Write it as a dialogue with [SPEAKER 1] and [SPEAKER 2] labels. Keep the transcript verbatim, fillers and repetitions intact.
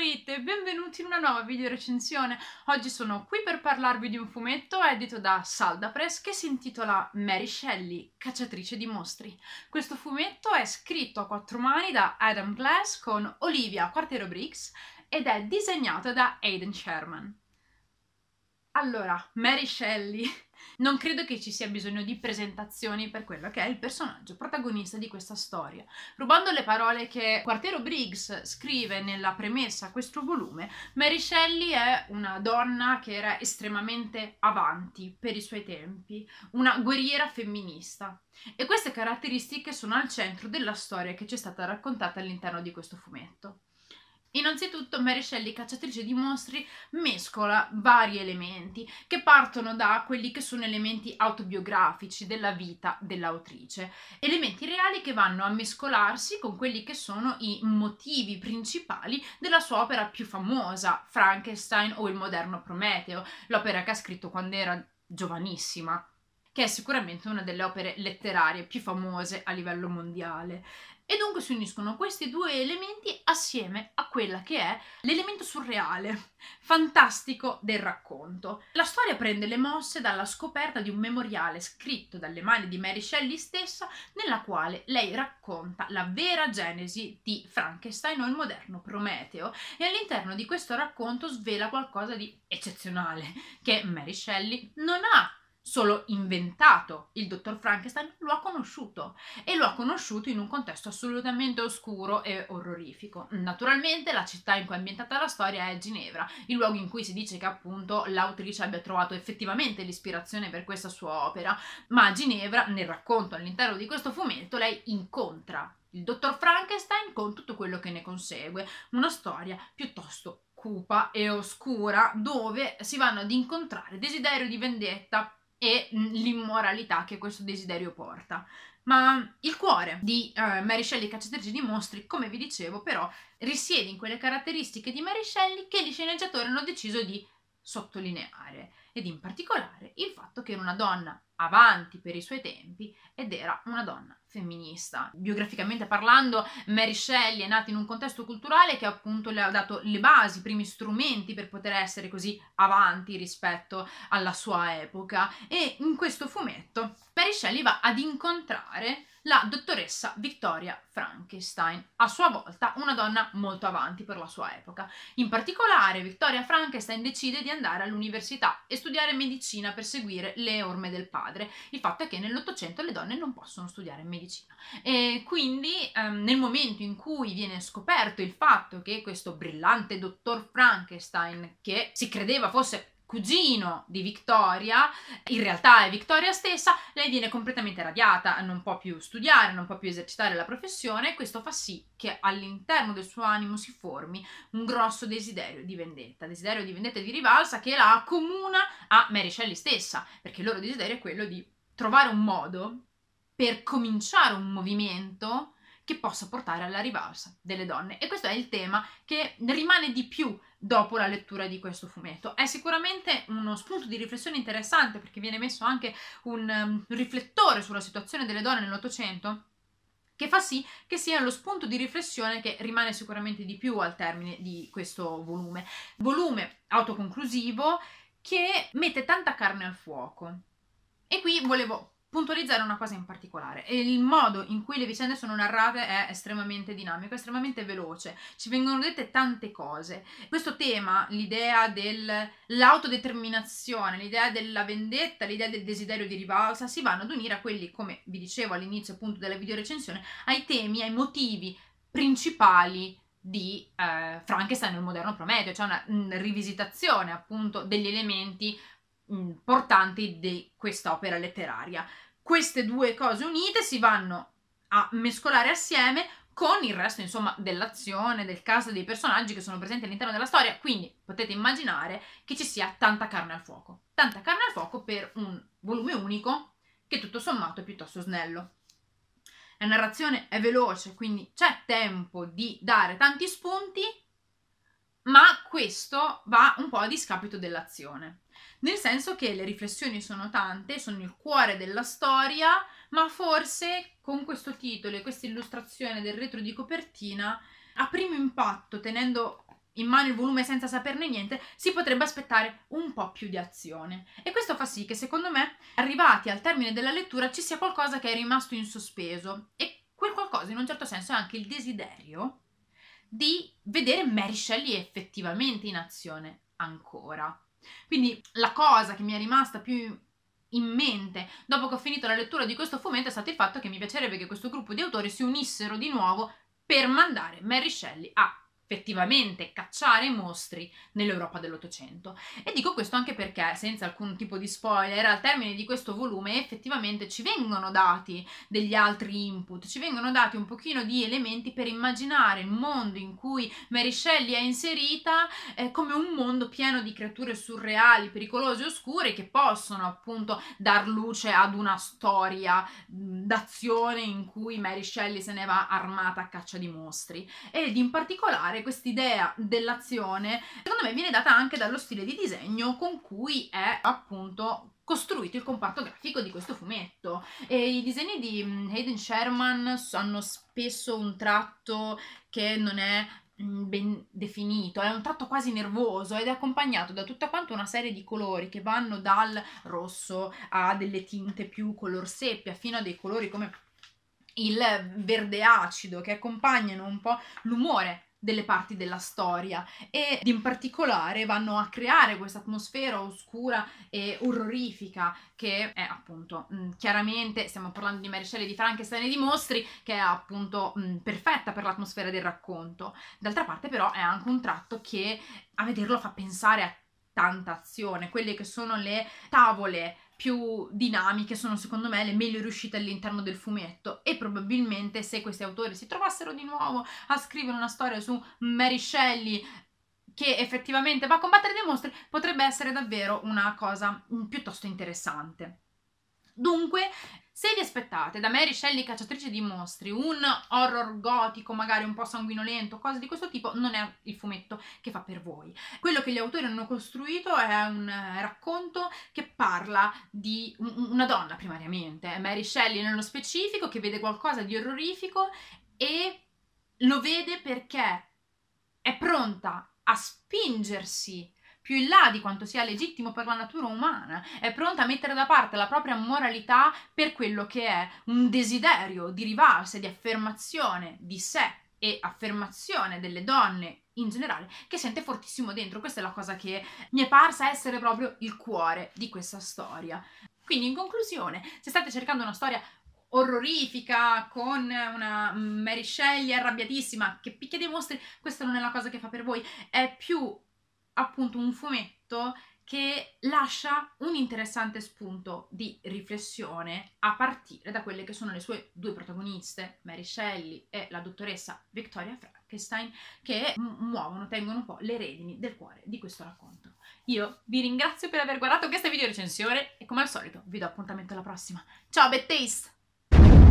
[SPEAKER 1] Ritte, benvenuti in una nuova video recensione. Oggi sono qui per parlarvi di un fumetto edito da Salda Press che si intitola Mary Shelley, cacciatrice di mostri. Questo fumetto è scritto a quattro mani da Adam Glass con Olivia Quartero Briggs ed è disegnato da Aidan Sherman. Allora, Mary Shelley. Non credo che ci sia bisogno di presentazioni per quello che è il personaggio protagonista di questa storia. Rubando le parole che Quartero Briggs scrive nella premessa a questo volume, Mary Shelley è una donna che era estremamente avanti per i suoi tempi, una guerriera femminista. E queste caratteristiche sono al centro della storia che ci è stata raccontata all'interno di questo fumetto. Innanzitutto Mary Shelley, cacciatrice di mostri, mescola vari elementi che partono da quelli che sono elementi autobiografici della vita dell'autrice, elementi reali che vanno a mescolarsi con quelli che sono i motivi principali della sua opera più famosa, Frankenstein o il moderno Prometeo, l'opera che ha scritto quando era giovanissima, che è sicuramente una delle opere letterarie più famose a livello mondiale. E dunque si uniscono questi due elementi assieme a quella che è l'elemento surreale, fantastico del racconto. La storia prende le mosse dalla scoperta di un memoriale scritto dalle mani di Mary Shelley stessa, nella quale lei racconta la vera genesi di Frankenstein o il moderno Prometeo, e all'interno di questo racconto svela qualcosa di eccezionale, che Mary Shelley non ha solo inventato il dottor Frankenstein, lo ha conosciuto e lo ha conosciuto in un contesto assolutamente oscuro e orrorifico. Naturalmente la città in cui è ambientata la storia è Ginevra, il luogo in cui si dice che appunto l'autrice abbia trovato effettivamente l'ispirazione per questa sua opera, ma a Ginevra, nel racconto all'interno di questo fumetto, lei incontra il dottor Frankenstein con tutto quello che ne consegue, una storia piuttosto cupa e oscura dove si vanno ad incontrare desiderio di vendetta e l'immoralità che questo desiderio porta. Ma il cuore di uh, Mary Shelley, cacciatrice di mostri, come vi dicevo, però risiede in quelle caratteristiche di Mary Shelley che gli sceneggiatori hanno deciso di sottolineare, ed in particolare il fatto che era una donna avanti per i suoi tempi ed era una donna femminista. Biograficamente parlando, Mary Shelley è nata in un contesto culturale che appunto le ha dato le basi, i primi strumenti per poter essere così avanti rispetto alla sua epoca, e in questo fumetto Mary Shelley va ad incontrare la dottoressa Victoria Frankenstein, a sua volta una donna molto avanti per la sua epoca. In particolare, Victoria Frankenstein decide di andare all'università e studiare medicina per seguire le orme del padre. Il fatto è che nell'Ottocento le donne non possono studiare medicina e quindi ehm, nel momento in cui viene scoperto il fatto che questo brillante dottor Frankenstein, che si credeva fosse cugino di Victoria, in realtà è Victoria stessa, lei viene completamente radiata, non può più studiare, non può più esercitare la professione, e questo fa sì che all'interno del suo animo si formi un grosso desiderio di vendetta, desiderio di vendetta e di rivalsa che la accomuna a Mary Shelley stessa, perché il loro desiderio è quello di trovare un modo per cominciare un movimento che possa portare alla rivalsa delle donne, e questo è il tema che rimane di più dopo la lettura di questo fumetto. È sicuramente uno spunto di riflessione interessante, perché viene messo anche un um, riflettore sulla situazione delle donne nell'Ottocento, che fa sì che sia lo spunto di riflessione che rimane sicuramente di più al termine di questo volume. Volume autoconclusivo che mette tanta carne al fuoco. E qui volevo puntualizzare una cosa in particolare: il modo in cui le vicende sono narrate è estremamente dinamico, estremamente veloce, ci vengono dette tante cose. Questo tema, l'idea dell'autodeterminazione, l'idea della vendetta, l'idea del desiderio di rivalsa, si vanno ad unire a quelli, come vi dicevo all'inizio appunto della videorecensione, ai temi, ai motivi principali di eh, Frankenstein nel moderno Prometeo, cioè una mh, rivisitazione appunto degli elementi importanti di questa opera letteraria. Queste due cose unite si vanno a mescolare assieme con il resto, insomma, dell'azione, del cast, dei personaggi che sono presenti all'interno della storia, quindi potete immaginare che ci sia tanta carne al fuoco. Tanta carne al fuoco per un volume unico che tutto sommato è piuttosto snello. La narrazione è veloce, quindi c'è tempo di dare tanti spunti, ma questo va un po' a discapito dell'azione, nel senso che le riflessioni sono tante, sono il cuore della storia, ma forse con questo titolo e questa illustrazione del retro di copertina, a primo impatto, tenendo in mano il volume senza saperne niente, si potrebbe aspettare un po' più di azione. E questo fa sì che, secondo me, arrivati al termine della lettura, ci sia qualcosa che è rimasto in sospeso. E quel qualcosa, in un certo senso, è anche il desiderio di vedere Mary Shelley effettivamente in azione ancora. Quindi la cosa che mi è rimasta più in mente dopo che ho finito la lettura di questo fumetto è stato il fatto che mi piacerebbe che questo gruppo di autori si unissero di nuovo per mandare Mary Shelley a effettivamente cacciare mostri nell'Europa dell'Ottocento. E dico questo anche perché, senza alcun tipo di spoiler, al termine di questo volume effettivamente ci vengono dati degli altri input, ci vengono dati un pochino di elementi per immaginare il mondo in cui Mary Shelley è inserita eh, come un mondo pieno di creature surreali, pericolose e oscure che possono appunto dar luce ad una storia mh, d'azione in cui Mary Shelley se ne va armata a caccia di mostri. Ed in particolare quest'idea dell'azione, secondo me, viene data anche dallo stile di disegno con cui è appunto costruito il comparto grafico di questo fumetto. E i disegni di Hayden Sherman hanno spesso un tratto che non è ben definito, è un tratto quasi nervoso ed è accompagnato da tutta quanta una serie di colori che vanno dal rosso a delle tinte più color seppia fino a dei colori come il verde acido che accompagnano un po' l'umore delle parti della storia e in particolare vanno a creare questa atmosfera oscura e orrorifica che è appunto mh, chiaramente, stiamo parlando di Mary Shelley, di Frankenstein e di mostri, che è appunto mh, perfetta per l'atmosfera del racconto. D'altra parte però è anche un tratto che a vederlo fa pensare a tanta azione. Quelle che sono le tavole più dinamiche sono secondo me le meglio riuscite all'interno del fumetto, e probabilmente se questi autori si trovassero di nuovo a scrivere una storia su Mary Shelley che effettivamente va a combattere dei mostri, potrebbe essere davvero una cosa piuttosto interessante. Dunque, se vi aspettate da Mary Shelley cacciatrice di mostri un horror gotico, magari un po' sanguinolento, cose di questo tipo, non è il fumetto che fa per voi. Quello che gli autori hanno costruito è un racconto che parla di una donna primariamente, Mary Shelley nello specifico, che vede qualcosa di orrorifico e lo vede perché è pronta a spingersi più in là di quanto sia legittimo per la natura umana, è pronta a mettere da parte la propria moralità per quello che è un desiderio di rivalsa, di affermazione di sé e affermazione delle donne in generale, che sente fortissimo dentro. Questa è la cosa che mi è parsa essere proprio il cuore di questa storia. Quindi, in conclusione, se state cercando una storia orrorifica con una Mary Shelley arrabbiatissima che picchia dei mostri, questa non è la cosa che fa per voi. È più appunto un fumetto che lascia un interessante spunto di riflessione a partire da quelle che sono le sue due protagoniste, Mary Shelley e la dottoressa Victoria Frankenstein, che muovono, tengono un po' le redini del cuore di questo racconto. Io vi ringrazio per aver guardato questa video recensione e come al solito vi do appuntamento alla prossima. Ciao Bad Taste!